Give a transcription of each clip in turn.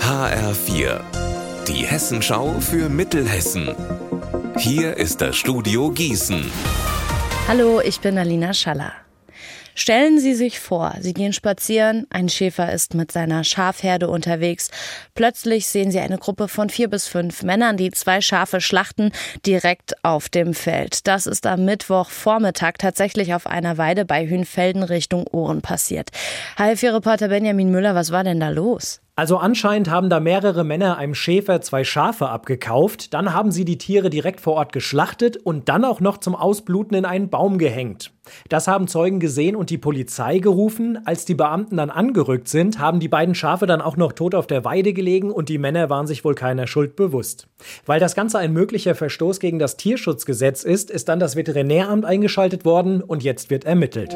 HR4, die Hessenschau für Mittelhessen. Hier ist das Studio Gießen. Hallo, ich bin Alina Schaller. Stellen Sie sich vor, Sie gehen spazieren, ein Schäfer ist mit seiner Schafherde unterwegs. Plötzlich sehen Sie eine Gruppe von 4 bis 5 Männern, die 2 Schafe schlachten, direkt auf dem Feld. Das ist am Mittwochvormittag tatsächlich auf einer Weide bei Hünfelden Richtung Ohren passiert. HR4-Reporter Benjamin Müller, was war denn da los? Also anscheinend haben da mehrere Männer einem Schäfer 2 Schafe abgekauft, dann haben sie die Tiere direkt vor Ort geschlachtet und dann auch noch zum Ausbluten in einen Baum gehängt. Das haben Zeugen gesehen und die Polizei gerufen. Als die Beamten dann angerückt sind, haben die beiden Schafe dann auch noch tot auf der Weide gelegen und die Männer waren sich wohl keiner Schuld bewusst. Weil das Ganze ein möglicher Verstoß gegen das Tierschutzgesetz ist dann das Veterinäramt eingeschaltet worden und jetzt wird ermittelt.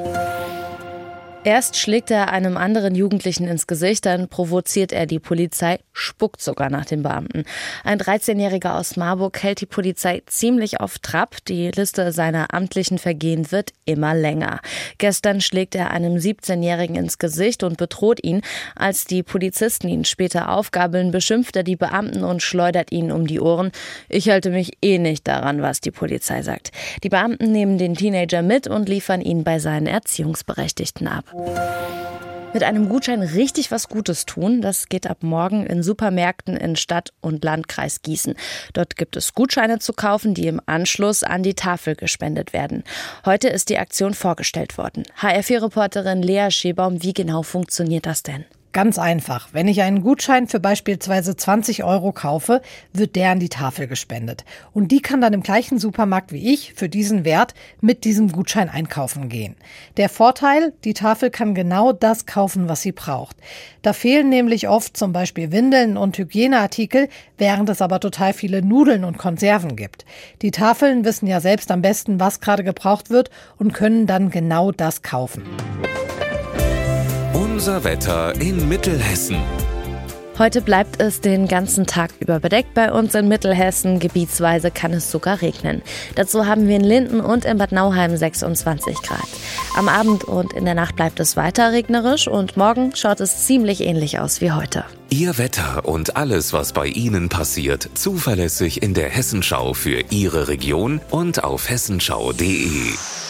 Erst schlägt er einem anderen Jugendlichen ins Gesicht, dann provoziert er die Polizei, spuckt sogar nach den Beamten. Ein 13-Jähriger aus Marburg hält die Polizei ziemlich auf Trab. Die Liste seiner amtlichen Vergehen wird immer länger. Gestern schlägt er einem 17-Jährigen ins Gesicht und bedroht ihn. Als die Polizisten ihn später aufgabeln, beschimpft er die Beamten und schleudert ihnen um die Ohren. Ich halte mich nicht daran, was die Polizei sagt. Die Beamten nehmen den Teenager mit und liefern ihn bei seinen Erziehungsberechtigten ab. Mit einem Gutschein richtig was Gutes tun, das geht ab morgen in Supermärkten in Stadt und Landkreis Gießen. Dort gibt es Gutscheine zu kaufen, die im Anschluss an die Tafel gespendet werden. Heute ist die Aktion vorgestellt worden. HR4-Reporterin Lea Schebaum, wie genau funktioniert das denn? Ganz einfach. Wenn ich einen Gutschein für beispielsweise 20 € kaufe, wird der an die Tafel gespendet. Und die kann dann im gleichen Supermarkt wie ich für diesen Wert mit diesem Gutschein einkaufen gehen. Der Vorteil, die Tafel kann genau das kaufen, was sie braucht. Da fehlen nämlich oft zum Beispiel Windeln und Hygieneartikel, während es aber total viele Nudeln und Konserven gibt. Die Tafeln wissen ja selbst am besten, was gerade gebraucht wird und können dann genau das kaufen. Unser Wetter in Mittelhessen. Heute bleibt es den ganzen Tag über bedeckt bei uns in Mittelhessen. Gebietsweise kann es sogar regnen. Dazu haben wir in Linden und in Bad Nauheim 26 Grad. Am Abend und in der Nacht bleibt es weiter regnerisch und morgen schaut es ziemlich ähnlich aus wie heute. Ihr Wetter und alles, was bei Ihnen passiert, zuverlässig in der Hessenschau für Ihre Region und auf hessenschau.de.